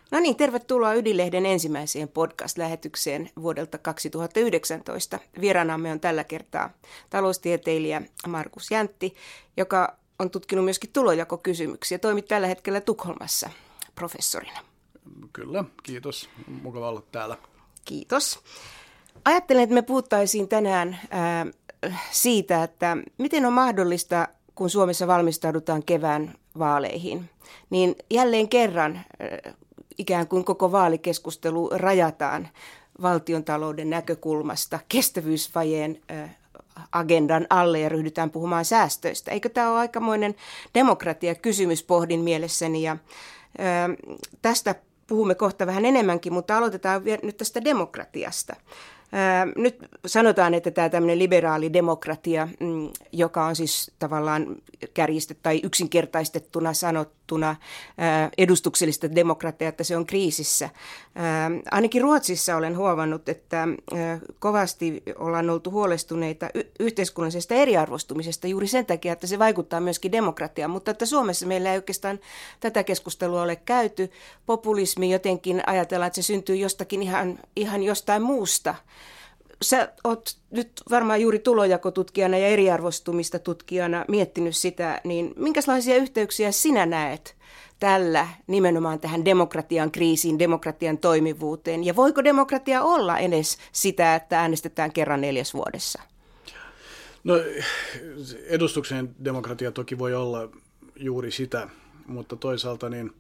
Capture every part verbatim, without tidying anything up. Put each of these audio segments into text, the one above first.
No niin, tervetuloa Ydinlehden ensimmäiseen podcast-lähetykseen vuodelta kaksituhattayhdeksäntoista. Vieraanamme on tällä kertaa taloustieteilijä Markus Jäntti, joka on tutkinut myöskin tulonjakokysymyksiä. Toimit tällä hetkellä Tukholmassa professorina. Kyllä, kiitos. Mukava olla täällä. Kiitos. Ajattelen, että me puhuttaisiin tänään ää, siitä, että miten on mahdollista, kun Suomessa valmistaudutaan kevään vaaleihin, niin jälleen kerran ää, ikään kuin koko vaalikeskustelu rajataan valtiontalouden näkökulmasta kestävyysvajeen ää, agendan alle ja ryhdytään puhumaan säästöistä. Eikö tämä ole aikamoinen demokratiakysymys, pohdin mielessäni, ja ää, tästä puhumme kohta vähän enemmänkin, mutta aloitetaan nyt tästä demokratiasta. Nyt sanotaan, että tämä tämmöinen liberaali demokratia, joka on siis tavallaan kärjistetty tai yksinkertaistettuna sanottuna edustuksellista demokratiaa, että se on kriisissä. Ainakin Ruotsissa olen huomannut, että kovasti ollaan oltu huolestuneita yhteiskunnallisesta eriarvoistumisesta juuri sen takia, että se vaikuttaa myöskin demokratiaan, mutta että Suomessa meillä ei oikeastaan tätä keskustelua ole käyty. Populismi jotenkin ajatellaan, että se syntyy jostakin ihan, ihan jostain muusta. Sä oot nyt varmaan juuri tulonjakotutkijana ja eriarvostumista tutkijana miettinyt sitä, niin minkälaisia yhteyksiä sinä näet tällä nimenomaan tähän demokratian kriisiin, demokratian toimivuuteen? Ja voiko demokratia olla edes sitä, että äänestetään kerran neljäs vuodessa? No, edustuksen demokratia toki voi olla juuri sitä, mutta toisaalta niin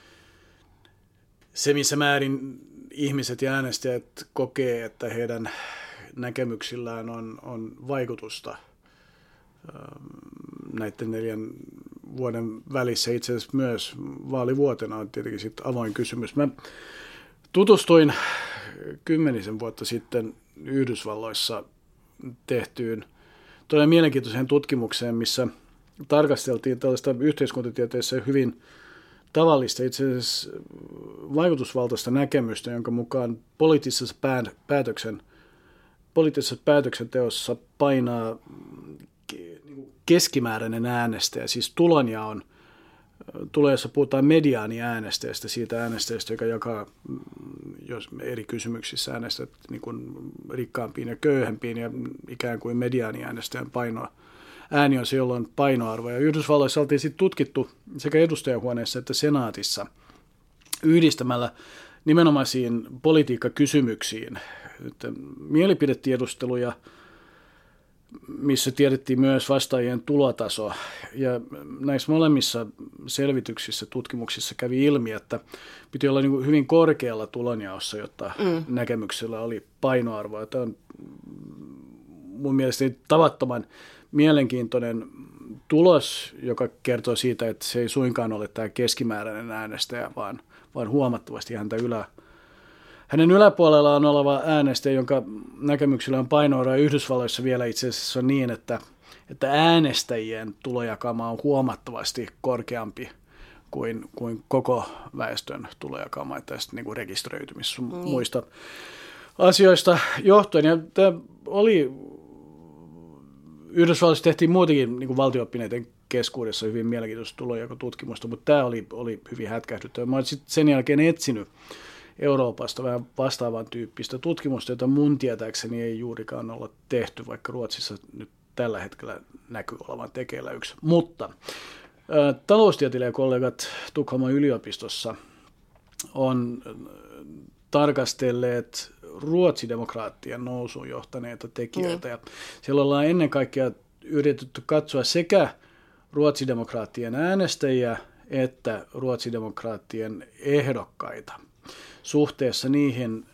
se, missä määrin ihmiset ja äänestäjät kokee, että heidän näkemyksillään on, on vaikutusta näiden neljän vuoden välissä, itse asiassa myös vaalivuotena on tietenkin sitten avoin kysymys. Mä tutustuin kymmenisen vuotta sitten Yhdysvalloissa tehtyyn todella mielenkiintoiseen tutkimukseen, missä tarkasteltiin tällaista yhteiskuntatieteessä hyvin tavallista, itse asiassa vaikutusvaltaista näkemystä, jonka mukaan poliittisessa päätöksen, poliittisessa päätöksenteossa painaa keskimääräinen äänestäjä, siis tulonjaon, tulossa puhutaan mediaaniäänestäjästä, siitä äänestäjästä, joka jakaa jos eri kysymyksissä äänestäjät niin kuin rikkaampiin ja köyhempiin ja ikään kuin mediaaniäänestäjän painoa. Ääni on se, jolla on painoarvo. Ja Yhdysvalloissa oltiin sitten tutkittu sekä edustajahuoneessa että senaatissa yhdistämällä nimenomaisiin politiikkakysymyksiin mielipidetiedusteluja, missä tiedettiin myös vastaajien tulotaso. Ja näissä molemmissa selvityksissä, tutkimuksissa kävi ilmi, että piti olla niin kuin hyvin korkealla tulonjaossa, jotta mm. näkemyksellä oli painoarvoa. Tämä on mun mielestäni tavattoman mielenkiintoinen tulos, joka kertoo siitä, että se ei suinkaan ole tämä keskimääräinen äänestäjä, vaan, vaan huomattavasti häntä ylä, hänen yläpuolellaan oleva äänestäjä, jonka näkemyksillä on painoarvoa. Yhdysvalloissa vielä itse asiassa on niin, että, että äänestäjien tulojakauma on huomattavasti korkeampi kuin, kuin koko väestön tulojakauma tästä niin kuin rekisteröitymis mm. muista asioista johtuen. Ja tämä oli Yhdysvalloissa tehtiin muutenkin niin kuin valtio-oppineiden keskuudessa hyvin mielenkiintoista tulonjakotutkimusta, mutta tämä oli, oli hyvin hätkähdyttävä. Mä olen sitten sen jälkeen etsinyt Euroopasta vähän vastaavan tyyppistä tutkimusta, jota mun tietääkseni ei juurikaan olla tehty, vaikka Ruotsissa nyt tällä hetkellä näkyy olevan tekeillä yksi. Mutta ä, taloustieteilijäkollegat Tukholman yliopistossa on tarkastelleet ruotsidemokraattien nousuun johtaneita tekijöitä. Mm. Ja siellä ollaan ennen kaikkea yritetty katsoa sekä ruotsidemokraattien äänestäjiä että ruotsidemokraattien ehdokkaita suhteessa niihin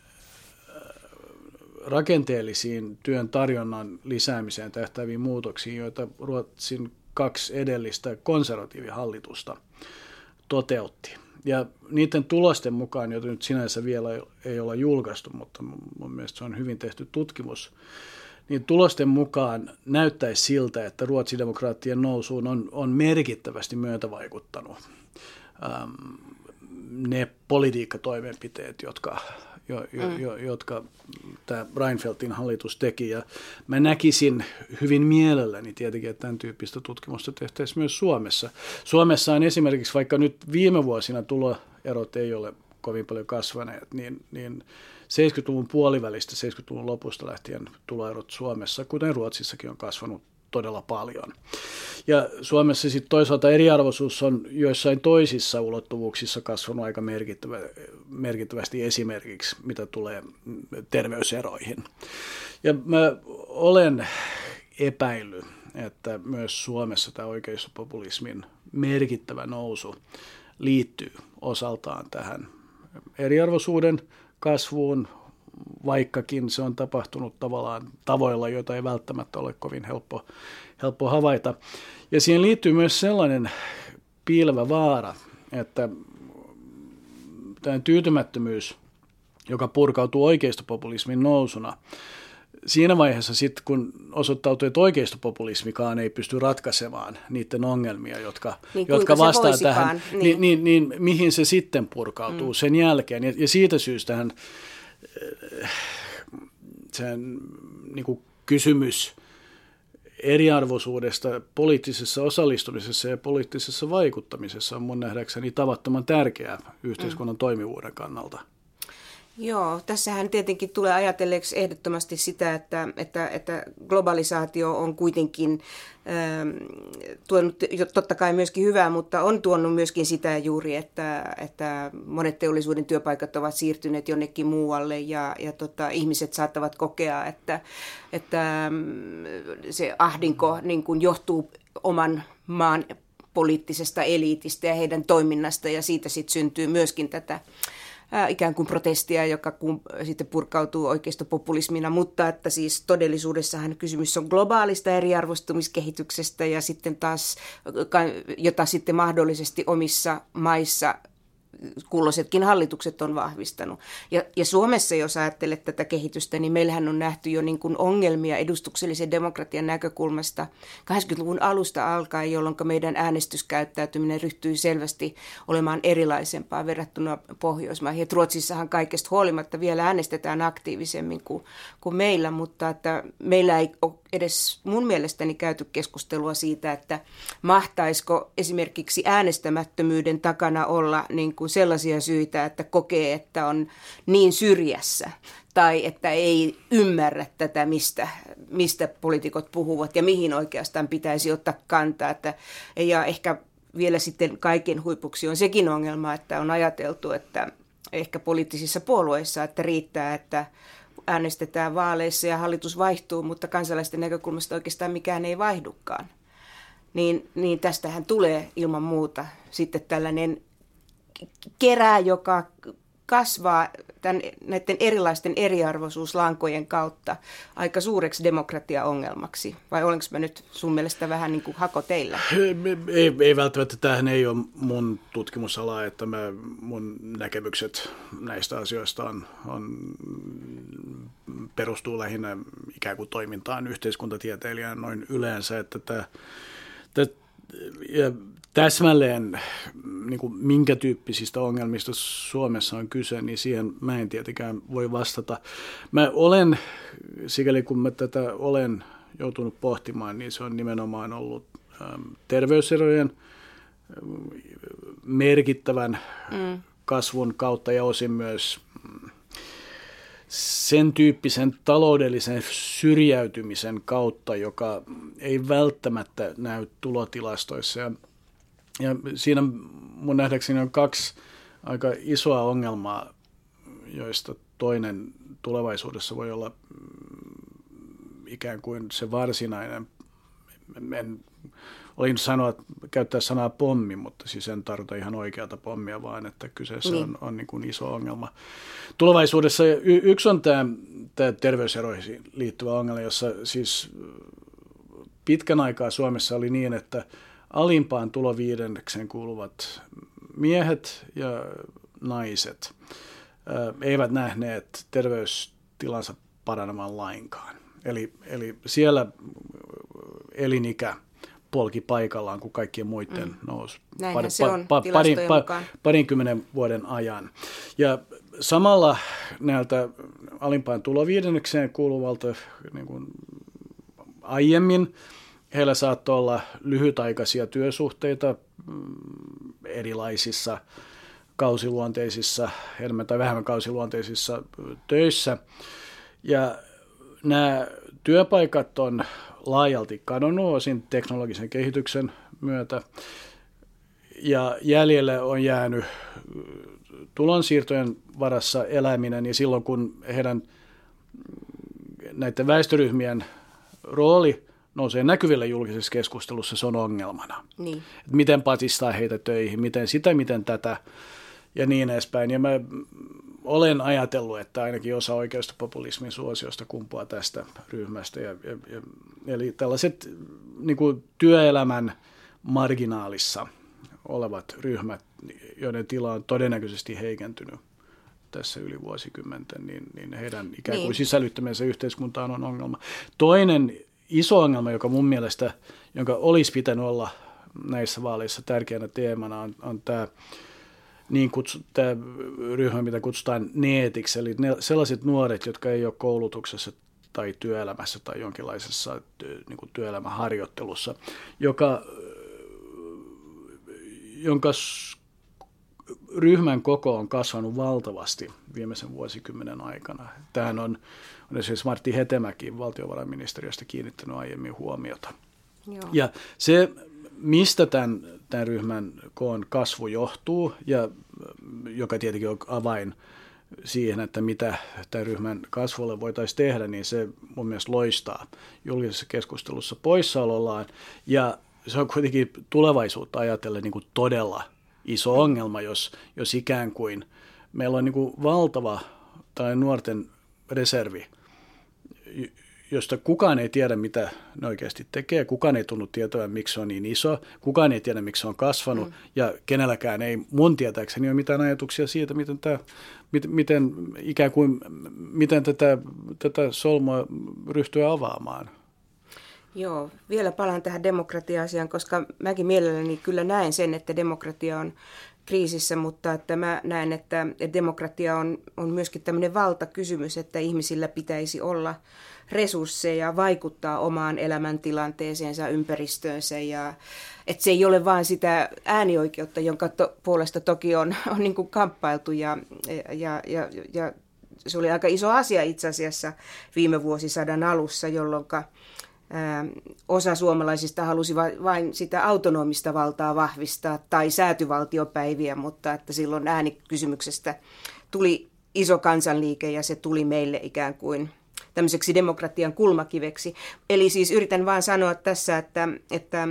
rakenteellisiin työn tarjonnan lisäämiseen tähtääviin muutoksiin, joita Ruotsin kaksi edellistä konservatiivihallitusta toteutti. Ja niiden tulosten mukaan, joita nyt sinänsä vielä ei olla julkaistu, mutta mun mielestä se on hyvin tehty tutkimus, niin tulosten mukaan näyttäisi siltä, että ruotsidemokraattien nousuun on, on merkittävästi myötävaikuttanut ähm, ne politiikkatoimenpiteet, jotka, jo, jo, mm. jo, jotka tämä Reinfeldtin hallitus teki. Ja mä näkisin hyvin mielelläni tietenkin, että tämän tyyppistä tutkimusta tehtäisiin myös Suomessa. Suomessa on esimerkiksi, vaikka nyt viime vuosina tuloerot ei ole kovin paljon kasvaneet, niin, niin seitsemänkymmentäluvun puolivälistä, seitsemänkymmentäluvun lopusta lähtien tuloerot Suomessa, kuten Ruotsissakin, on kasvanut todella paljon. Ja Suomessa sitten toisaalta eriarvoisuus on joissain toisissa ulottuvuuksissa kasvanut aika merkittävä, merkittävästi, esimerkiksi mitä tulee terveyseroihin. Ja mä olen epäillyt, että myös Suomessa tämä oikeistopopulismin merkittävä nousu liittyy osaltaan tähän eriarvoisuuden kasvuun, vaikkakin se on tapahtunut tavallaan tavoilla, joita ei välttämättä ole kovin helppo, helppo havaita. Ja siihen liittyy myös sellainen piilevä vaara, että tämä tyytymättömyys, joka purkautuu oikeistopopulismin nousuna, siinä vaiheessa sitten, kun osoittautuu, että oikeistopopulismikaan ei pysty ratkaisemaan niiden ongelmia, jotka, niin, jotka vastaa tähän, niin. Niin, niin, niin mihin se sitten purkautuu mm. sen jälkeen. Ja, ja siitä syystähän sen niin kuin kysymys eriarvoisuudesta poliittisessa osallistumisessa ja poliittisessa vaikuttamisessa on mun nähdäkseni tavattoman tärkeää yhteiskunnan mm. toimivuuden kannalta. Joo, tässähän tietenkin tulee ajatelleeksi ehdottomasti sitä, että, että, että globalisaatio on kuitenkin ähm, tuonut totta kai myöskin hyvää, mutta on tuonut myöskin sitä juuri, että, että monet teollisuuden työpaikat ovat siirtyneet jonnekin muualle ja, ja tota, ihmiset saattavat kokea, että, että se ahdinko niin kuin johtuu oman maan poliittisesta eliitistä ja heidän toiminnasta, ja siitä sitten syntyy myöskin tätä ikään kuin protestia, joka kun, sitten purkautuu oikeistopopulismina, mutta että siis todellisuudessahan kysymys on globaalista eriarvoistumiskehityksestä ja sitten taas, jota sitten mahdollisesti omissa maissa kulloisetkin hallitukset on vahvistanut. Ja, ja Suomessa, jos ajattelet tätä kehitystä, niin meillähän on nähty jo niin kuin ongelmia edustuksellisen demokratian näkökulmasta kahdeksankymmentäluvun alusta alkaen, jolloin meidän äänestyskäyttäytyminen ryhtyi selvästi olemaan erilaisempaa verrattuna Pohjoismaihin. Et Ruotsissahan kaikesta huolimatta vielä äänestetään aktiivisemmin kuin, kuin meillä, mutta että meillä ei ole edes mun mielestäni käyty keskustelua siitä, että mahtaisiko esimerkiksi äänestämättömyyden takana olla niin kuin sellaisia syitä, että kokee, että on niin syrjässä tai että ei ymmärrä tätä, mistä, mistä poliitikot puhuvat ja mihin oikeastaan pitäisi ottaa kantaa. Että, ja ehkä vielä sitten kaiken huipuksi on sekin ongelma, että on ajateltu, että ehkä poliittisissa puolueissa, että riittää, että äänestetään vaaleissa ja hallitus vaihtuu, mutta kansalaisten näkökulmasta oikeastaan mikään ei vaihdukaan. Niin, niin tästähän tulee ilman muuta sitten tällainen kerää, joka kasvaa tämän, näiden erilaisten eriarvoisuuslankojen kautta aika suureksi demokratiaongelmaksi. Vai olenko mä nyt sun mielestä vähän niin kuin hako teillä? Ei, ei välttämättä. Tämähän ei ole mun tutkimusala, että mä, mun näkemykset näistä asioista on, on, perustuu lähinnä ikään kuin toimintaan yhteiskuntatieteilijän noin yleensä, että tämä, tämä ja täsmälleen niin kuin minkä tyyppisistä ongelmista Suomessa on kyse, niin siihen mä en tietenkään voi vastata. Mä olen, sikäli kun mä tätä olen joutunut pohtimaan, niin se on nimenomaan ollut ähm, terveyserojen merkittävän mm. kasvun kautta ja osin myös sen tyyppisen taloudellisen syrjäytymisen kautta, joka ei välttämättä näy tulotilastoissa. Ja, ja siinä mun nähdäkseni on kaksi aika isoa ongelmaa, joista toinen tulevaisuudessa voi olla ikään kuin se varsinainen, en olin sanoa, käyttää sanaa pommi, mutta siis en tarkoita ihan oikeata pommia, vaan että kyseessä niin. on, on niin kuin iso ongelma. Tulevaisuudessa y- yksi on tämä, tämä terveyseroihin liittyvä ongelma, jossa siis pitkän aikaa Suomessa oli niin, että alimpaan tuloviidennekseen kuuluvat miehet ja naiset ää, eivät nähneet terveystilansa paranemaan lainkaan. Eli, eli siellä elinikä polki paikallaan kuin kaikkien muiden mm. nousi par, se on pa, pa, parin, pa, parinkymmenen vuoden ajan. Ja samalla näiltä alimpaan tuloviidennekseen kuuluvalta niin kuin aiemmin heillä saattoi olla lyhytaikaisia työsuhteita erilaisissa kausiluonteisissa, enemmän tai vähemmän kausiluonteisissa töissä. Ja nämä työpaikat on laajalti kadonnut osin teknologisen kehityksen myötä. Ja jäljelle on jäänyt tulonsiirtojen varassa eläminen, ja silloin kun heidän näiden väestöryhmien rooli nousee näkyville julkisessa keskustelussa, se on ongelmana. Niin. Miten patistaa heitä töihin, miten sitä, miten tätä ja niin edespäin. Ja mä olen ajatellut, että ainakin osa oikeistopopulismin suosiosta kumpuaa tästä ryhmästä. Ja, ja, ja, eli tällaiset niin kuin työelämän marginaalissa olevat ryhmät, joiden tila on todennäköisesti heikentynyt tässä yli vuosikymmenten, niin, niin heidän ikään kuin niin. sisällyttämisensä yhteiskuntaan on ongelma. Toinen iso ongelma, joka mun mielestä, jonka olisi pitänyt olla näissä vaaleissa tärkeänä teemana, on, on tämä, niin kutsu, tämä ryhmä, mitä kutsutaan neetiksi, eli ne, sellaiset nuoret, jotka ei ole koulutuksessa tai työelämässä tai jonkinlaisessa niin kuin työelämäharjoittelussa, joka, jonka ryhmän koko on kasvanut valtavasti viimeisen vuosikymmenen aikana. Tähän on, on siis Martti Hetemäki valtiovarainministeriöstä kiinnittänyt aiemmin huomiota. Joo. Ja se, mistä tämän, tämän ryhmän koon kasvu johtuu, ja joka tietenkin on avain siihen, että mitä tämän ryhmän kasvulle voitaisiin tehdä, niin se mun mielestä loistaa julkisessa keskustelussa poissaolollaan. Ja se on kuitenkin tulevaisuutta ajatellen niin kuin todella iso ongelma, jos, jos ikään kuin meillä on niin kuin valtava tai nuorten reservi, josta kukaan ei tiedä, mitä ne oikeasti tekee, kukaan ei tunnu tietävän, miksi se on niin iso, kukaan ei tiedä, miksi se on kasvanut, mm. ja kenelläkään ei mun tietääkseni ole mitään ajatuksia siitä, miten, tämä, miten, ikään kuin, miten tätä, tätä solmua ryhtyä avaamaan. Joo, vielä palaan tähän demokratia-asiaan, koska mäkin mielelläni kyllä näen sen, että demokratia on kriisissä, mutta että mä näen, että demokratia on, on myöskin tämmöinen valtakysymys, että ihmisillä pitäisi olla resursseja vaikuttaa omaan elämäntilanteeseensa, ympäristöönsä, ja että se ei ole vain sitä äänioikeutta, jonka to, puolesta toki on, on niin kuin kamppailtu, ja, ja, ja, ja se oli aika iso asia itse asiassa viime vuosisadan alussa, jolloin osa suomalaisista halusi vain sitä autonomista valtaa vahvistaa tai säätyvaltiopäiviä, mutta että silloin äänikysymyksestä tuli iso kansanliike ja se tuli meille ikään kuin tämmöiseksi demokratian kulmakiveksi. Eli siis yritän vaan sanoa tässä, että, että,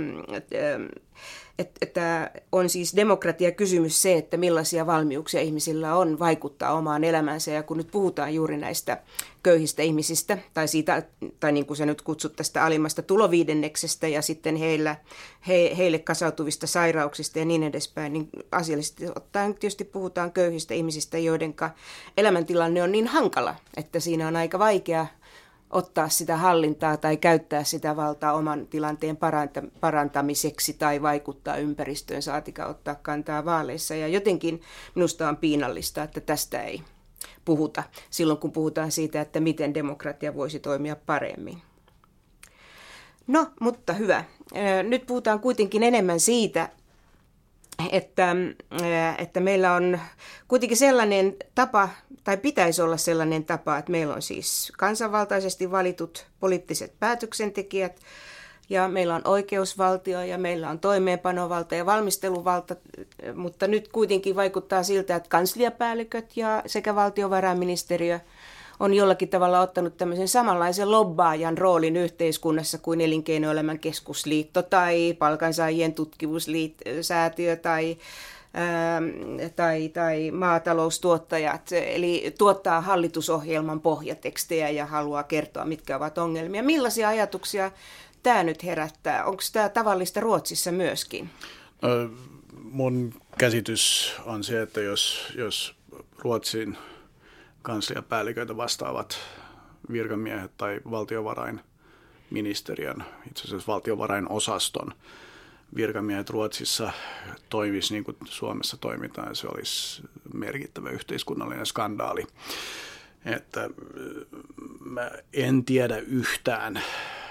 että, että on siis demokratiakysymys se, että millaisia valmiuksia ihmisillä on vaikuttaa omaan elämänsä. Ja kun nyt puhutaan juuri näistä köyhistä ihmisistä, tai, siitä, tai niin kuin sä nyt kutsut tästä alimmasta tuloviidenneksestä ja sitten heillä, he, heille kasautuvista sairauksista ja niin edespäin, niin asiallisesti ottaen tietysti puhutaan köyhistä ihmisistä, joiden elämäntilanne on niin hankala, että siinä on aika vaikea ottaa sitä hallintaa tai käyttää sitä valtaa oman tilanteen parantamiseksi tai vaikuttaa ympäristöön, saatika ottaa kantaa vaaleissa. Ja jotenkin minusta on piinallista, että tästä ei puhuta silloin, kun puhutaan siitä, että miten demokratia voisi toimia paremmin. No, mutta hyvä. Nyt puhutaan kuitenkin enemmän siitä, että, että meillä on kuitenkin sellainen tapa, tai pitäisi olla sellainen tapa, että meillä on siis kansanvaltaisesti valitut poliittiset päätöksentekijät, ja meillä on oikeusvaltio, ja meillä on toimeenpanovalta ja valmisteluvalta, mutta nyt kuitenkin vaikuttaa siltä, että kansliapäälliköt ja sekä valtiovarainministeriö on jollakin tavalla ottanut tämmöisen samanlaisen lobbaajan roolin yhteiskunnassa kuin Elinkeinoelämän keskusliitto tai palkansaajien tutkimussäätiö tai, ää, tai, tai maataloustuottajat. Eli tuottaa hallitusohjelman pohjatekstejä ja haluaa kertoa, mitkä ovat ongelmia. Millaisia ajatuksia tämä nyt herättää? Onko tämä tavallista Ruotsissa myöskin? No, mun käsitys on se, että jos, jos Ruotsin kansliapäälliköitä vastaavat virkamiehet tai valtiovarainministeriön, itse asiassa valtiovarainosaston virkamiehet Ruotsissa toimisi niin kuin Suomessa toimitaan, se olisi merkittävä yhteiskunnallinen skandaali. Että mä en tiedä yhtään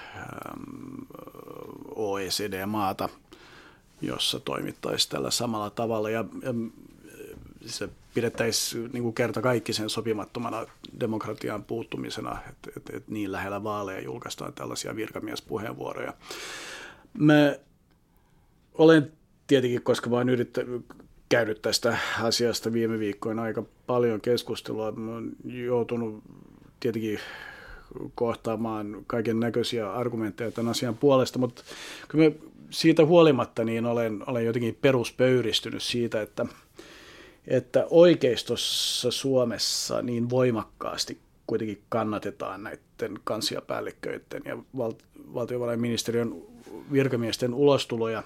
O E C D-maata, jossa toimittaisiin tällä samalla tavalla. Ja, ja se pidettäisiin niin kuin kerta kaikki sen sopimattomana demokratian puuttumisena, että, että, että niin lähellä vaaleja julkaistaan tällaisia virkamiespuheenvuoroja. Mä olen tietenkin, koska mä oon yrittänyt käynyt tästä asiasta viime viikkoina aika paljon keskustelua, mä oon joutunut tietenkin kohtaamaan kaiken näköisiä argumentteja tämän asian puolesta, mutta kyllä mä siitä huolimatta niin olen, olen jotenkin peruspöyristynyt siitä, että, että oikeistossa Suomessa niin voimakkaasti kuitenkin kannatetaan näiden kansliapäälliköiden ja val, valtiovarainministeriön virkamiesten ulostuloja.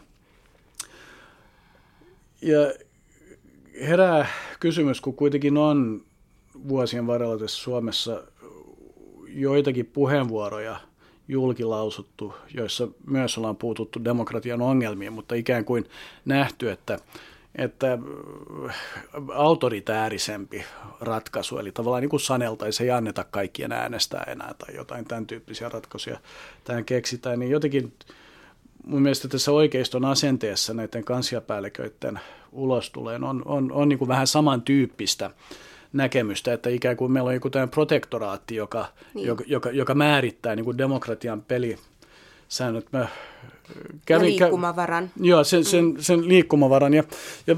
Ja herää kysymys, kun kuitenkin on vuosien varrella tässä Suomessa joitakin puheenvuoroja julkilausuttu, joissa myös ollaan puututtu demokratian ongelmiin, mutta ikään kuin nähty, että, että autoritäärisempi ratkaisu, eli tavallaan niin kuin saneltaisiin, ei anneta kaikkien äänestää enää tai jotain tämän tyyppisiä ratkaisuja tähän keksitään, niin jotenkin mun mielestä tässä oikeiston asenteessa näiden kansliapäälliköiden ulostuleen on, on, on niin kuin vähän samantyyppistä näkemystä, että ikään kuin meillä on joku tämä protektoraatti, joka, niin. joka, joka, joka määrittää niin kuin demokratian pelisäännöt. Mä kävin, ja liikkumavaran. Kä- joo, sen, sen, mm. sen liikkumavaran. Ja, ja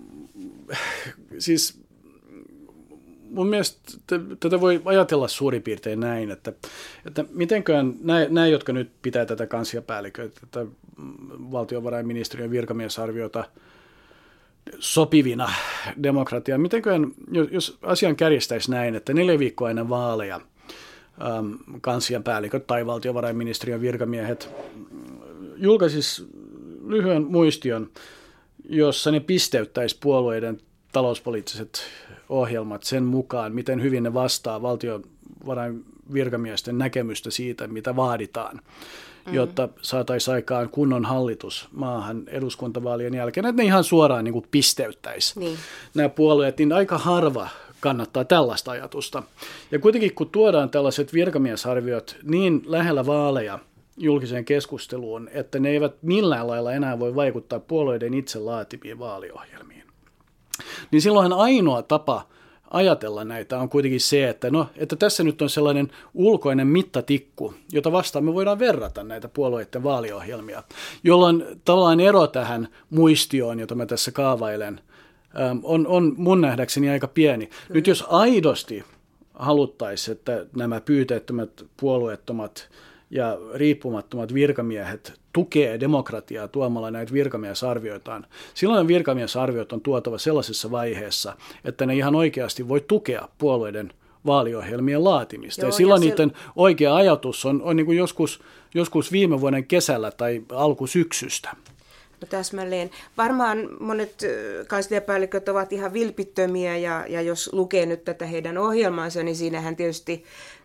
siis mun mielestä tätä voi ajatella suurin piirtein näin, että, että mitenkään nämä, jotka nyt pitää tätä kansliapäälliköitä, tätä valtiovarainministeriön virkamiesarviota sopivina demokratiaan, mitenkään, jos asian kärjestäisi näin, että neljä viikkoa ennen vaaleja ähm, kansliapäälliköt tai valtiovarainministeriön virkamiehet julkaisisi lyhyen muistion, jossa ne pisteyttäisi puolueiden talouspoliittiset ohjelmat sen mukaan, miten hyvin ne vastaa valtiovarainvirkamiesten näkemystä siitä, mitä vaaditaan, jotta saataisiin aikaan kunnon hallitus maahan eduskuntavaalien jälkeen, että ne ihan suoraan niin kuin pisteyttäisi niin. Nämä puolueet, niin aika harva kannattaa tällaista ajatusta. Ja kuitenkin kun tuodaan tällaiset virkamiesarviot niin lähellä vaaleja julkiseen keskusteluun, että ne eivät millään lailla enää voi vaikuttaa puolueiden itse laatimiin vaaliohjelmiin, niin silloinhan ainoa tapa ajatella näitä on kuitenkin se, että, no, että tässä nyt on sellainen ulkoinen mittatikku, jota vastaan me voidaan verrata näitä puolueiden vaaliohjelmia, jolloin tavallaan ero tähän muistioon, jota mä tässä kaavailen, on, on mun nähdäkseni aika pieni. Mm. Nyt jos aidosti haluttaisiin, että nämä pyyteettömät, puolueettomat ja riippumattomat virkamiehet tukee demokratiaa tuomalla näitä virkamiesarvioitaan. Silloin virkamiesarviot on tuotava sellaisessa vaiheessa, että ne ihan oikeasti voi tukea puolueiden vaaliohjelmien laatimista. Joo, ja silloin ja niiden se... oikea ajatus on, on niin kuin joskus, joskus viime vuoden kesällä tai alkusyksystä. No täsmälleen. Varmaan monet kansliapäälliköt ovat ihan vilpittömiä ja, ja jos lukee nyt tätä heidän ohjelmaansa, niin siinähän tietysti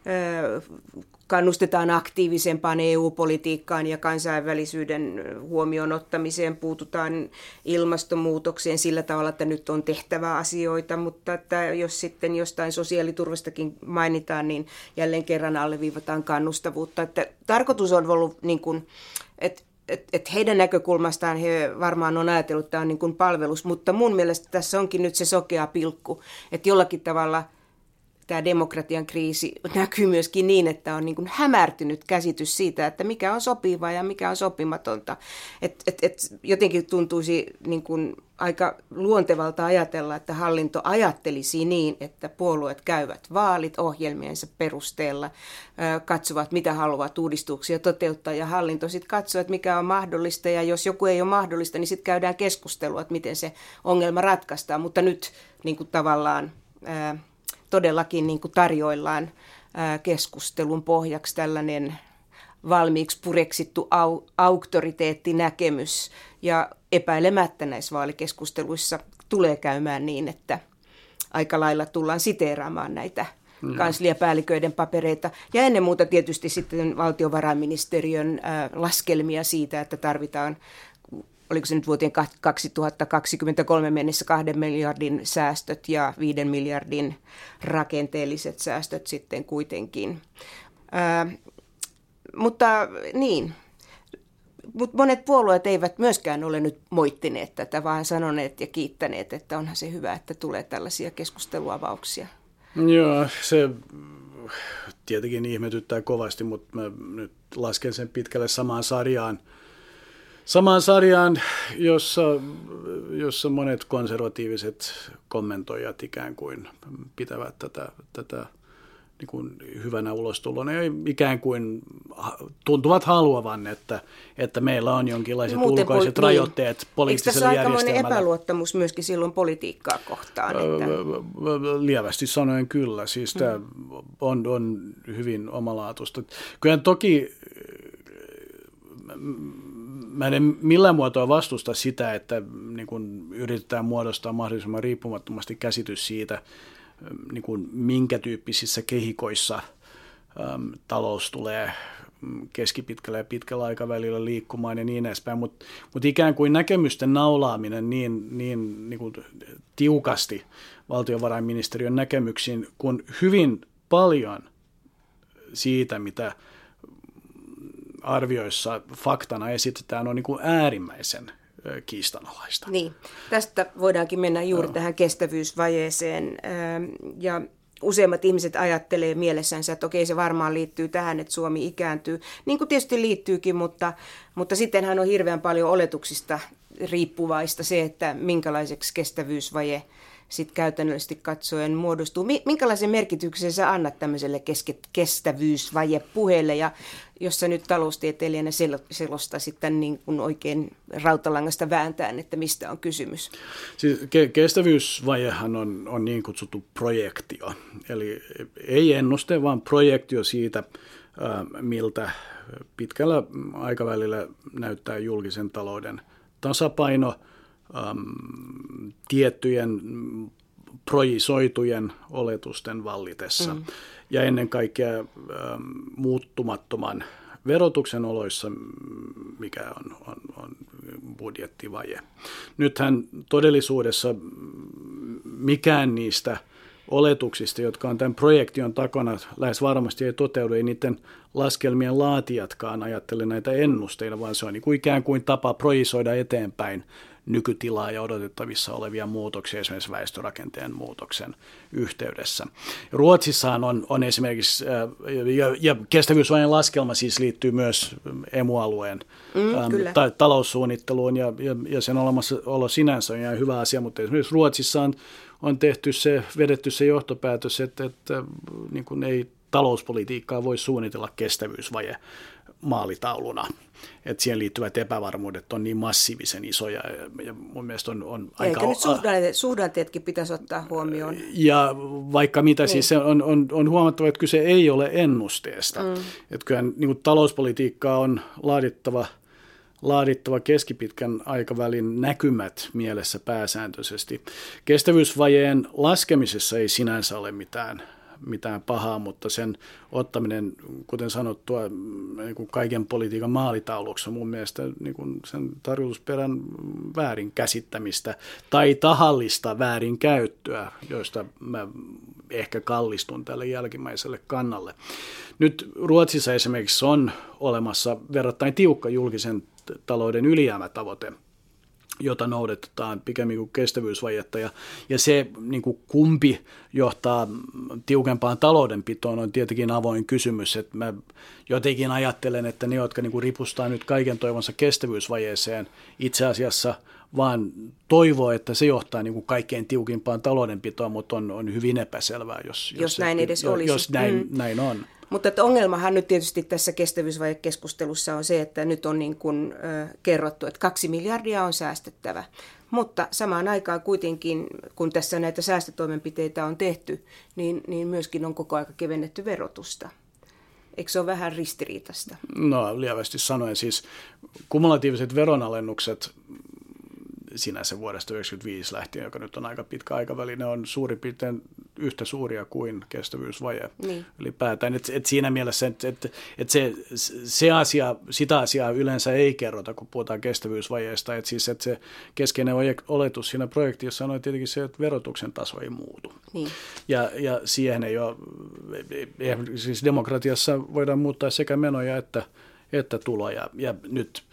ö, kannustetaan aktiivisempaan E U-politiikkaan ja kansainvälisyyden huomioon ottamiseen, puututaan ilmastonmuutokseen sillä tavalla, että nyt on tehtävä asioita, mutta että jos sitten jostain sosiaaliturvastakin mainitaan, niin jälleen kerran alleviivataan kannustavuutta. Että tarkoitus on ollut niin kuin, että Et, et heidän näkökulmastaan he varmaan on ajatellut, että tämä on niin kuin palvelus, mutta mun mielestä tässä onkin nyt se sokea pilkku, että jollakin tavalla tämä demokratian kriisi näkyy myöskin niin, että on niin kuin hämärtynyt käsitys siitä, että mikä on sopivaa ja mikä on sopimatonta. Et, et, et jotenkin tuntuisi niin kuin aika luontevalta ajatella, että hallinto ajattelisi niin, että puolueet käyvät vaalit ohjelmiensa perusteella, katsovat mitä haluavat uudistuksia toteuttaa ja hallinto sitten katsoo, että mikä on mahdollista ja jos joku ei ole mahdollista, niin sitten käydään keskustelua, että miten se ongelma ratkaistaan, mutta nyt niin kuin tavallaan ää, todellakin niin kuin tarjoillaan ää, keskustelun pohjaksi tällainen valmiiksi pureksittu au, auktoriteettinäkemys ja epäilemättä näissä vaalikeskusteluissa tulee käymään niin, että aika lailla tullaan siteeraamaan näitä mm. kansliapäälliköiden papereita. Ja ennen muuta tietysti sitten valtiovarainministeriön äh, laskelmia siitä, että tarvitaan, oliko se nyt vuoteen kaksituhattakaksikymmentäkolme mennessä kahden miljardin säästöt ja viiden miljardin rakenteelliset säästöt sitten kuitenkin. Äh, mutta niin. Mutta monet puolueet eivät myöskään ole nyt moittineet tätä, vaan sanoneet ja kiittäneet, että onhan se hyvä, että tulee tällaisia keskusteluavauksia. Joo, se tietenkin ihmetyttää kovasti, mutta mä nyt lasken sen pitkälle samaan sarjaan, samaan sarjaan jossa, jossa monet konservatiiviset kommentoijat ikään kuin pitävät tätä, tätä niin kuin hyvänä ulostulona ja ikään kuin tuntuvat haluavan, että, että meillä on jonkinlaiset Muuten ulkoiset poli- rajoitteet niin. poliittiselle järjestelmälle. Eikö tässä ole aikamoinen epäluottamus myöskin silloin politiikkaa kohtaan? Että... Lievästi sanoen kyllä. Siis tämä hmm. on, on hyvin omalaatuista. Kyllä toki mä en millään muotoa vastusta sitä, että niin kun yritetään muodostaa mahdollisimman riippumattomasti käsitys siitä, niin kuin minkä tyyppisissä kehikoissa äm, talous tulee keskipitkällä ja pitkällä aikavälillä liikkumaan ja niin edespäin, mutta mut ikään kuin näkemysten naulaaminen niin, niin, niin kuin tiukasti valtiovarainministeriön näkemyksiin, kun hyvin paljon siitä, mitä arvioissa faktana esitetään, on niin kuin äärimmäisen kiistanalaista. Niin, tästä voidaankin mennä juuri no. tähän kestävyysvajeeseen ja useimmat ihmiset ajattelee mielessänsä, että okei se varmaan liittyy tähän, että Suomi ikääntyy, niin kuin tietysti liittyykin, mutta, mutta sittenhän on hirveän paljon oletuksista riippuvaista se, että minkälaiseksi kestävyysvaje sitten käytännöllisesti katsoen muodostuu. Minkälaisen merkityksen sä annat tämmöiselle kestävyysvajepuheelle, ja jos sä nyt taloustieteilijänä selostaisit tämän niin kuin oikein rautalangasta vääntäen, että mistä on kysymys? Siis ke- kestävyysvajehan on, on niin kutsuttu projektio, eli ei ennuste, vaan projektio siitä, miltä pitkällä aikavälillä näyttää julkisen talouden tasapaino, äm, tiettyjen projisoitujen oletusten vallitessa. Mm. Ja ennen kaikkea äm, muuttumattoman verotuksen oloissa, mikä on, on, on budjettivaje. Nythän todellisuudessa mikään niistä oletuksista, jotka on tämän projektion takana, lähes varmasti ei toteudu, ei niiden laskelmien laatijatkaan ajattele näitä ennusteita, vaan se on niin kuin ikään kuin tapa projisoida eteenpäin nykytilaa ja odotettavissa olevia muutoksia esimerkiksi väestörakenteen muutoksen yhteydessä. Ruotsissahan on, on esimerkiksi, ja, ja kestävyysvajen laskelma siis liittyy myös E M U-alueen mm, äm, ta, taloussuunnitteluun, ja, ja, ja sen olemassaolo sinänsä on ihan hyvä asia, mutta esimerkiksi Ruotsissa on, on tehty se, vedetty se johtopäätös, että, että niin kuin ei talouspolitiikkaa voi suunnitella kestävyysvaje maalitauluna. Että siihen liittyvät epävarmuudet on niin massiivisen isoja ja, ja mun mielestä on, on aika... Eikä nyt suhdanteet, suhdanteetkin pitäisi ottaa huomioon. Ja vaikka mitä, niin. Siis se on, on, on huomattava, että kyse ei ole ennusteesta. Mm. Että kyllä niin kuin talouspolitiikkaa on laadittava, laadittava keskipitkän aikavälin näkymät mielessä pääsääntöisesti. Kestävyysvajeen laskemisessa ei sinänsä ole mitään mitään pahaa, mutta sen ottaminen, kuten sanottua, niin kuin kaiken politiikan maalitauluksi on mun mielestä niin kuin sen tarkoitusperän väärin käsittämistä tai tahallista väärinkäyttöä, joista mä ehkä kallistun tälle jälkimmäiselle kannalle. Nyt Ruotsissa esimerkiksi on olemassa verrattain tiukka julkisen talouden ylijäämätavoite, jota noudatetaan pikemmin kuin kestävyysvajetta. Ja, ja se, niin kuin kumpi johtaa tiukempaan taloudenpitoon, on tietenkin avoin kysymys. Että mä jotenkin ajattelen, että ne, jotka niin kuin ripustaa nyt kaiken toivonsa kestävyysvajeeseen, itse asiassa vaan toivoo, että se johtaa niin kuin kaikkein tiukimpaan taloudenpitoon, mutta on, on hyvin epäselvää, jos, jos, jos näin se, edes jos, olisi. Jos näin, mm. näin on. Mutta että ongelmahan nyt tietysti tässä kestävyysvajekeskustelussa on se, että nyt on niin kuin, äh, kerrottu, että kaksi miljardia on säästettävä. Mutta samaan aikaan kuitenkin, kun tässä näitä säästötoimenpiteitä on tehty, niin, niin myöskin on koko ajan kevennetty verotusta. Eikö se ole vähän ristiriitaista? No lievästi sanoen siis kumulatiiviset veronalennukset sinänsä vuodesta yhdeksänkymmentäviisi lähtien, joka nyt on aika pitkä aikaväli, ne on suurin piirtein yhtä suuria kuin kestävyysvaje niin. ylipäätään. Et, et siinä mielessä, että et, et se, se asia, sitä asiaa yleensä ei kerrota, kun puhutaan kestävyysvajeesta. Et siis, et se keskeinen oletus siinä projektissa on tietenkin se, että verotuksen taso ei muutu. Niin. Ja, ja siihen ei ole, siis demokratiassa voidaan muuttaa sekä menoja että että tuloja. Ja nyt,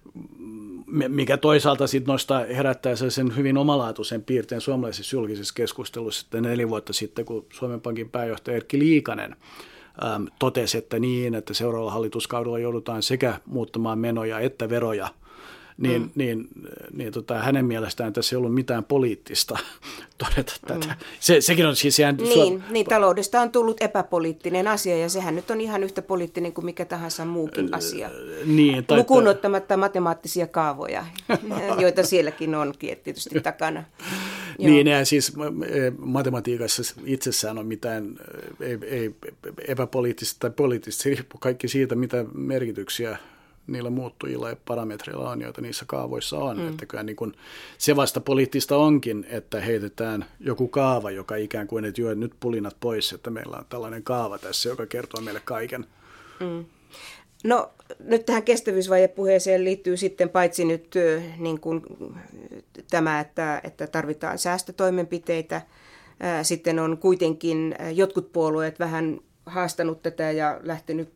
mikä toisaalta sitten nostaa, herättää sen hyvin omalaatuisen piirteen suomalaisessa julkisessa keskustelussa, että neljä vuotta sitten, kun Suomen Pankin pääjohtaja Erkki Liikanen äm, totesi, että niin, että seuraavalla hallituskaudella joudutaan sekä muuttamaan menoja että veroja, niin, mm. niin, niin tota, hänen mielestään tässä ei ollut mitään poliittista todeta tätä. Mm. Se, sekin on siis ihan... Niin, niin, taloudesta on tullut epäpoliittinen asia, ja sehän nyt on ihan yhtä poliittinen kuin mikä tahansa muukin asia. Niin, tai lukuun ottamatta matemaattisia kaavoja, joita sielläkin on tietysti takana. Niin, ja siis matematiikassa itsessään on mitään ei, ei, epäpoliittista tai poliittista, se riippuu kaikki siitä, mitä merkityksiä niillä muuttujilla ja parametreilla on, joita niissä kaavoissa on. Mm. Että kyllä niin kuin se vasta poliittista onkin, että heitetään joku kaava, joka ikään kuin, että joo, nyt pulinat pois, että meillä on tällainen kaava tässä, joka kertoo meille kaiken. Mm. No nyt tähän kestävyysvajepuheeseen liittyy sitten paitsi nyt niin kuin tämä, että, että tarvitaan säästötoimenpiteitä, ää, sitten on kuitenkin jotkut puolueet vähän haastanut tätä ja lähtenyt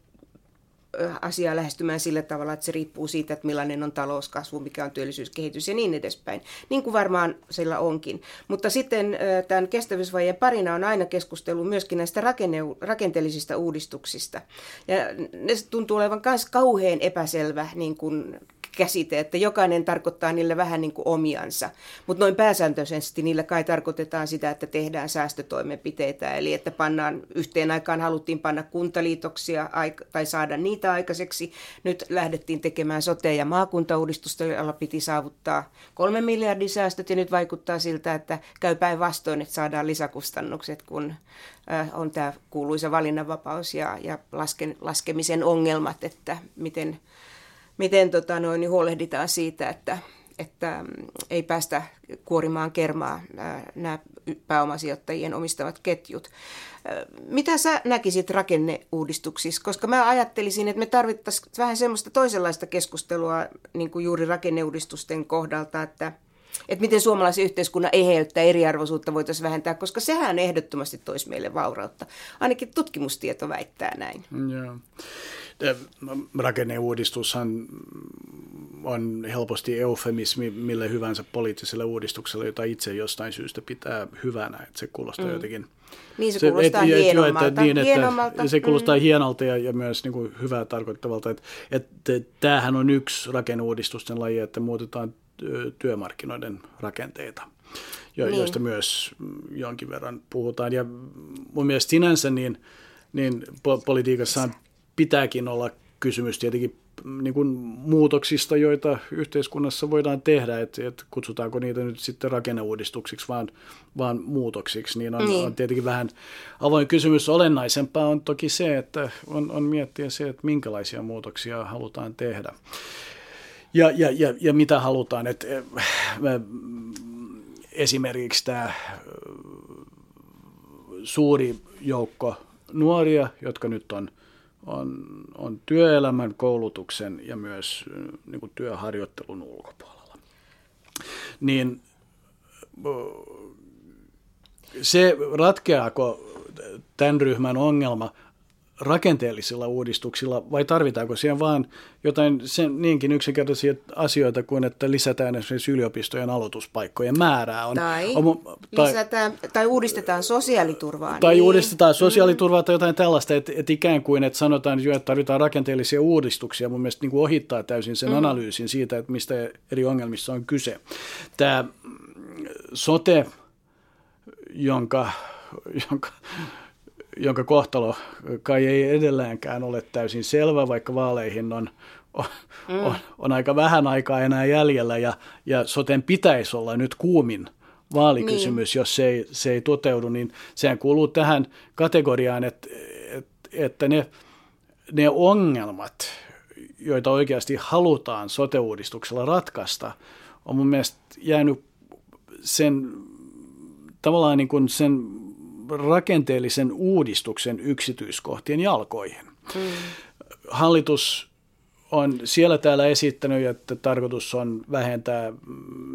asiaa lähestymään sillä tavalla, että se riippuu siitä, että millainen on talouskasvu, mikä on työllisyyskehitys ja niin edespäin, niin kuin varmaan sillä onkin. Mutta sitten tämän kestävyysvajeen parina on aina keskustelu myöskin näistä rakenne, rakenteellisista uudistuksista. Ja ne tuntuu olevan myös kauhean epäselvä niin kuin käsite, että jokainen tarkoittaa niille vähän niin kuin omiansa, mutta noin pääsääntöisesti niillä kai tarkoitetaan sitä, että tehdään säästötoimenpiteitä, eli että pannaan yhteen aikaan haluttiin panna kuntaliitoksia tai saada niitä aikaiseksi. Nyt lähdettiin tekemään sote- ja maakuntauudistusta, jolla piti saavuttaa kolme miljardin säästöt, ja nyt vaikuttaa siltä, että käy päinvastoin, että saadaan lisäkustannukset, kun on tämä kuuluisa valinnanvapaus ja, ja laske, laskemisen ongelmat, että miten Miten tota noin, niin huolehditaan siitä, että, että ei päästä kuorimaan kermaa nämä pääomasijoittajien omistavat ketjut. Mitä sä näkisit rakenneuudistuksissa? Koska mä ajattelisin, että me tarvittaisiin vähän semmoista toisenlaista keskustelua niin kuin juuri rakenneuudistusten kohdalta, että, että miten suomalaisen yhteiskunnan eheyttä eriarvoisuutta voitaisiin vähentää, koska sehän ehdottomasti toisi meille vaurautta. Ainakin tutkimustieto väittää näin. Joo. Rakenneuudistushan on helposti eufemismi mille hyvänsä poliittiselle uudistukselle, jota itse jostain syystä pitää hyvänä. Että se kuulostaa mm. jotenkin... Niin se kuulostaa se, et, hienommalta. Et, niin, hienommalta. Se kuulostaa mm. hienolta ja, ja myös niin kuin hyvää tarkoittavalta. Että, että tämähän on yksi rakenneuudistusten laji, että muutetaan työmarkkinoiden rakenteita, jo, niin. joista myös jonkin verran puhutaan. Ja mun mielestä sinänsä niin, niin politiikassa pitääkin olla kysymys tietenkin niin kuin muutoksista, joita yhteiskunnassa voidaan tehdä, että et kutsutaanko niitä nyt sitten rakenneuudistuksiksi, vaan, vaan muutoksiksi, niin on, niin on tietenkin vähän avoin kysymys. Olennaisempaa on toki se, että on, on miettiä se, että minkälaisia muutoksia halutaan tehdä. Ja, ja, ja, ja mitä halutaan, että mä, esimerkiksi tämä suuri joukko nuoria, jotka nyt on, on, on työelämän, koulutuksen ja myös niin kuin työharjoittelun ulkopuolella, niin se ratkeaako tämän ryhmän ongelma rakenteellisilla uudistuksilla vai tarvitaanko siihen vaan jotain sen, niinkin yksinkertaisia asioita kuin, että lisätään esimerkiksi yliopistojen aloituspaikkojen määrää. On, tai, on, tai, lisätään, tai uudistetaan sosiaaliturvaa. Tai niin. uudistetaan sosiaaliturvaa mm-hmm. tai jotain tällaista, että, että ikään kuin, että sanotaan, että tarvitaan rakenteellisia uudistuksia. Mun mielestä niin kuin ohittaa täysin sen mm-hmm. analyysin siitä, että mistä eri ongelmissa on kyse. Tämä sote, jonka... jonka jonka kohtalo kai ei edelleenkään ole täysin selvä, vaikka vaaleihin on, on, mm. on, on aika vähän aikaa enää jäljellä, ja, ja soten pitäisi olla nyt kuumin vaalikysymys, niin. jos se ei, se ei toteudu, niin sehän kuuluu tähän kategoriaan, että, että ne, ne ongelmat, joita oikeasti halutaan sote-uudistuksella ratkaista, on mun mielestä jäänyt sen tavallaan niin kuin sen rakenteellisen uudistuksen yksityiskohtien jalkoihin. Mm. Hallitus on siellä täällä esittänyt, että tarkoitus on vähentää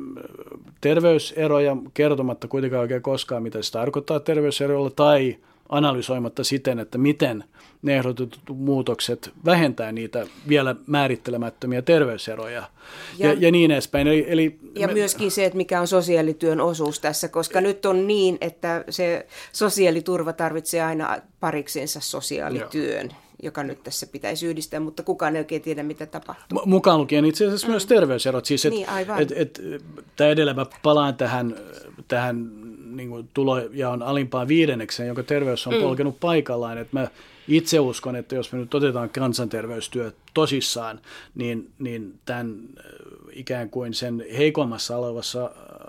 terveyseroja, kertomatta kuitenkaan oikein koskaan, mitä se tarkoittaa terveyseroilla, tai analysoimatta siten, että miten ne ehdotetut muutokset vähentää niitä vielä määrittelemättömiä terveyseroja ja, ja, ja niin edespäin. Eli, eli ja me... myöskin se, että mikä on sosiaalityön osuus tässä, koska nyt on niin, että se sosiaaliturva tarvitsee aina pariksensa sosiaalityön. Joo. Joka nyt tässä pitäisi yhdistää, mutta kukaan ei oikein tiedä, mitä tapahtuu. M- mukaan lukien itse asiassa mm. myös terveyserot. Siis et, niin, aivan. Et, et, tämä edellä mä palaan tähän, tähän niin kuin tulojaon alimpaan viidennekseen, jonka terveys on mm. polkenut paikallaan. Et mä itse uskon, että jos me nyt otetaan kansanterveystyö tosissaan, niin, niin tämän ikään kuin sen heikommassa olevassa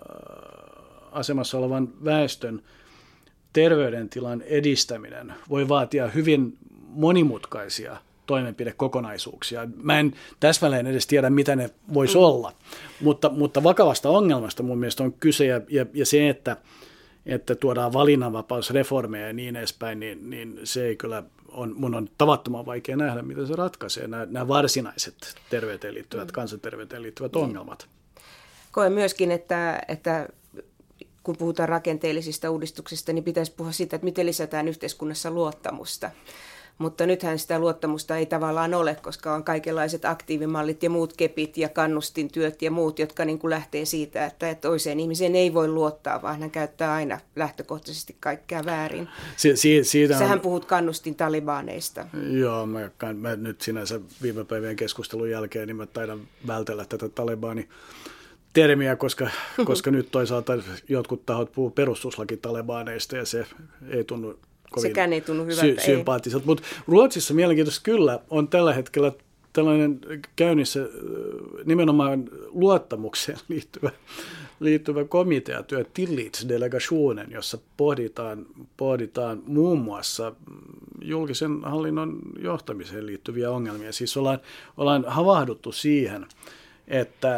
asemassa olevan väestön terveydentilan edistäminen voi vaatia hyvin monimutkaisia toimenpidekokonaisuuksia. Mä en täsmälleen edes tiedä, mitä ne voisi mm. olla, mutta, mutta vakavasta ongelmasta mun mielestä on kyse, ja, ja, ja se, että, että tuodaan valinnanvapausreformeja ja niin edespäin, niin, niin se ei kyllä on, mun on tavattoman vaikea nähdä, miten se ratkaisee nämä, nämä varsinaiset terveyteen liittyvät, mm. kansanterveyteen liittyvät mm. ongelmat. Koen myöskin, että, että kun puhutaan rakenteellisista uudistuksista, niin pitäisi puhua siitä, että miten lisätään yhteiskunnassa luottamusta. Mutta nythän sitä luottamusta ei tavallaan ole, koska on kaikenlaiset aktiivimallit ja muut kepit ja kannustintyöt ja muut, jotka niin kuin lähtee siitä, että toiseen ihmiseen ei voi luottaa, vaan hän käyttää aina lähtökohtaisesti kaikkea väärin. Si- si- siitä Sähän on... puhut kannustintalibaneista. Joo, mä, mä nyt sinänsä viime päivien keskustelun jälkeen niin mä taidan vältellä tätä talibani termiä, koska, koska nyt toisaalta jotkut tahot puhuu perustuslaki-talibaneista ja se ei tunnu kovin Sekään ei tunnu hyvältä, sy- sympaattiselta. Mutta Ruotsissa mielenkiintoista kyllä on tällä hetkellä tällainen käynnissä nimenomaan luottamukseen liittyvä, liittyvä komiteatyö, Tillitsdelegationen, jossa pohditaan, pohditaan muun muassa julkisen hallinnon johtamiseen liittyviä ongelmia. Siis ollaan, ollaan havahduttu siihen, että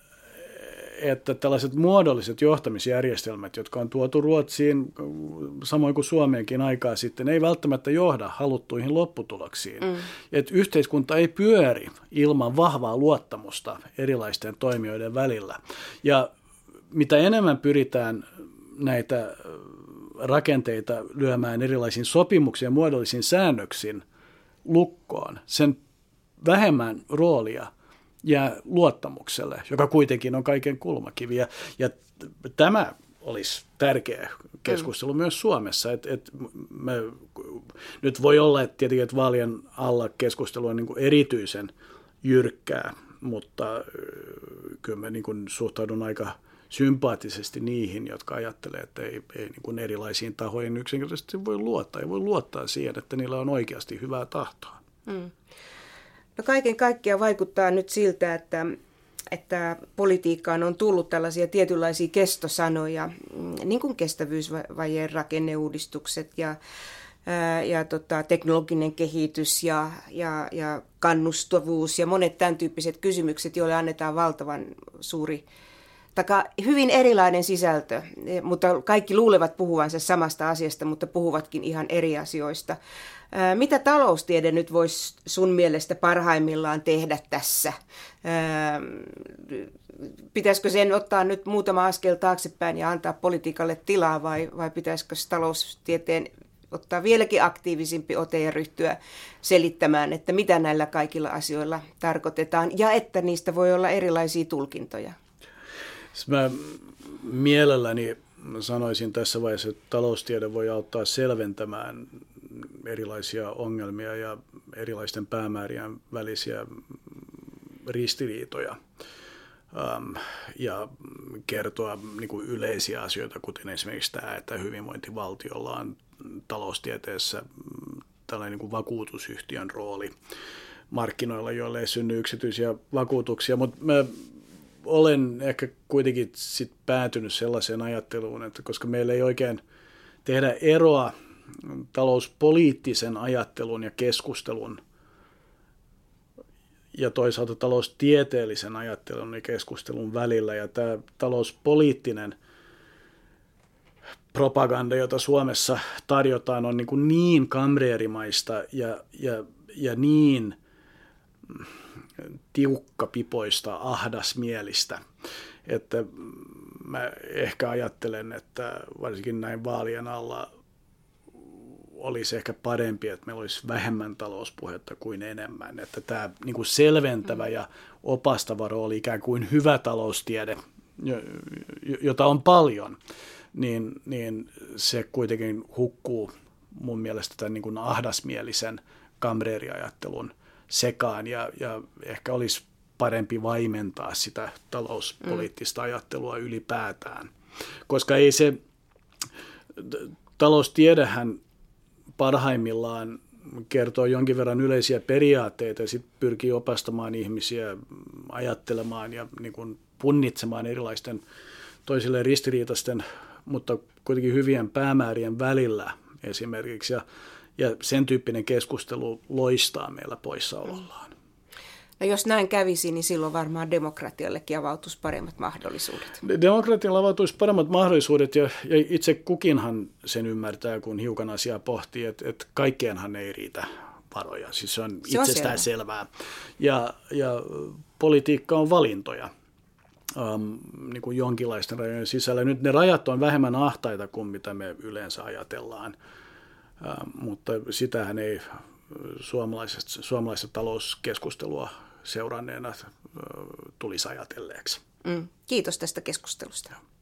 että tällaiset muodolliset johtamisjärjestelmät, jotka on tuotu Ruotsiin, samoin kuin Suomeenkin aikaa sitten, ei välttämättä johda haluttuihin lopputuloksiin. Mm. Että yhteiskunta ei pyöri ilman vahvaa luottamusta erilaisten toimijoiden välillä. Ja mitä enemmän pyritään näitä rakenteita lyömään erilaisiin sopimuksiin ja muodollisiin säännöksiin lukkoon, sen vähemmän roolia ja luottamukselle, joka kuitenkin on kaiken kulmakivi. Ja, ja tämä olisi tärkeä keskustelu mm. myös Suomessa. Et, et me, nyt voi olla, että tietenkin että vaalien alla keskustelu on niin kuin erityisen jyrkkää, mutta kyllä mä niin kuin suhtaudun aika sympaattisesti niihin, jotka ajattelee, että ei, ei niin kuin erilaisiin tahoihin yksinkertaisesti voi luottaa. Ei voi luottaa siihen, että niillä on oikeasti hyvää tahtoa. Mm. No kaiken kaikkiaan vaikuttaa nyt siltä, että, että politiikkaan on tullut tällaisia tietynlaisia kestosanoja, niin kuin kestävyysvajeen rakenneuudistukset ja, ää, ja tota, teknologinen kehitys ja, ja, ja kannustavuus ja monet tämän tyyppiset kysymykset, joille annetaan valtavan suuri, taka, hyvin erilainen sisältö, mutta kaikki luulevat puhuvansa samasta asiasta, mutta puhuvatkin ihan eri asioista. Mitä taloustiede nyt voisi sun mielestä parhaimmillaan tehdä tässä? Pitäisikö sen ottaa nyt muutama askel taaksepäin ja antaa politiikalle tilaa vai, vai pitäisikö taloustieteen ottaa vieläkin aktiivisempi ote ja ryhtyä selittämään, että mitä näillä kaikilla asioilla tarkoitetaan ja että niistä voi olla erilaisia tulkintoja? Mä mielelläni sanoisin tässä vaiheessa, että taloustiede voi auttaa selventämään erilaisia ongelmia ja erilaisten päämäärien välisiä ristiriitoja ähm, ja kertoa niin kuin yleisiä asioita, kuten esimerkiksi tämä, että hyvinvointivaltiolla on taloustieteessä tällainen niin kuin vakuutusyhtiön rooli markkinoilla, joille ei synny yksityisiä vakuutuksia, mutta mä olen ehkä kuitenkin sit päätynyt sellaiseen ajatteluun, että koska meillä ei oikein tehdä eroa talouspoliittisen ajattelun ja keskustelun ja toisaalta taloustieteellisen ajattelun ja keskustelun välillä. Ja tämä talouspoliittinen propaganda, jota Suomessa tarjotaan, on niin, kuin niin kamreerimaista ja, ja, ja niin tiukkapipoista, ahdasmielistä, että mä ehkä ajattelen, että varsinkin näin vaalien alla olisi ehkä parempi, että meillä olisi vähemmän talouspuhetta kuin enemmän. Että tämä niin kuin selventävä ja opastava rooli, ikään kuin hyvä taloustiede, jota on paljon, niin, niin se kuitenkin hukkuu mun mielestä tämän niin kuin ahdasmielisen kamreeriajattelun sekaan, ja, ja ehkä olisi parempi vaimentaa sitä talouspoliittista mm. ajattelua ylipäätään. Koska ei se taloustiedehän parhaimmillaan kertoo jonkin verran yleisiä periaatteita ja sitten pyrkii opastamaan ihmisiä ajattelemaan ja niin kuin punnitsemaan erilaisten toisille ristiriitaisten, mutta kuitenkin hyvien päämäärien välillä esimerkiksi. Ja, ja sen tyyppinen keskustelu loistaa meillä poissaolollaan. No jos näin kävisi, niin silloin varmaan demokratiallekin avautuisi paremmat mahdollisuudet. Demokratialle avautuisi paremmat mahdollisuudet, ja, ja itse kukinhan sen ymmärtää, kun hiukan asiaa pohtii, että, että kaikkeenhan ei riitä varoja. Siis se on se itsestään on selvää. Ja, ja politiikka on valintoja um, niin kuin jonkinlaisten rajojen sisällä. Nyt ne rajat on vähemmän ahtaita kuin mitä me yleensä ajatellaan, uh, mutta sitähän ei suomalaisesta, suomalaisesta talouskeskustelua seuranneena tulisi ajatelleeksi. Mm. Kiitos tästä keskustelusta.